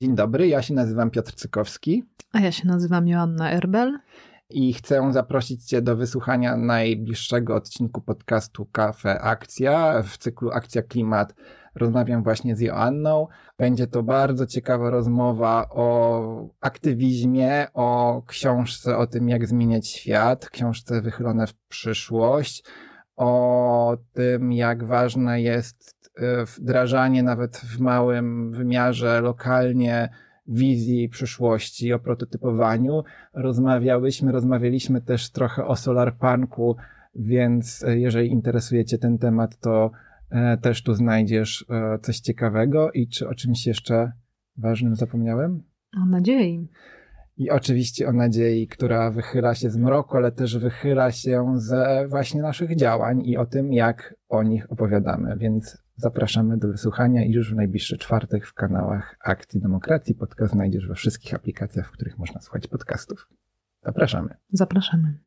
Dzień dobry, ja się nazywam Piotr Cykowski. A ja się nazywam Joanna Erbel. I chcę zaprosić Cię do wysłuchania najbliższego odcinku podcastu Cafe Akcja. W cyklu Akcja Klimat rozmawiam właśnie z Joanną. Będzie to bardzo ciekawa rozmowa o aktywizmie, o książce, o tym, jak zmieniać świat, książce wychylone w przyszłość, o tym, jak ważne jest wdrażanie nawet w małym wymiarze lokalnie wizji przyszłości, o prototypowaniu. Rozmawialiśmy też trochę o solarpunku, więc jeżeli interesuje Cię ten temat, to też tu znajdziesz coś ciekawego. I czy o czymś jeszcze ważnym zapomniałem? O nadziei. I oczywiście o nadziei, która wychyla się z mroku, ale też wychyla się ze właśnie naszych działań i o tym, jak o nich opowiadamy. Więc zapraszamy do wysłuchania i już w najbliższy czwartek w kanałach Akcji Demokracji. Podcast znajdziesz we wszystkich aplikacjach, w których można słuchać podcastów. Zapraszamy. Zapraszamy.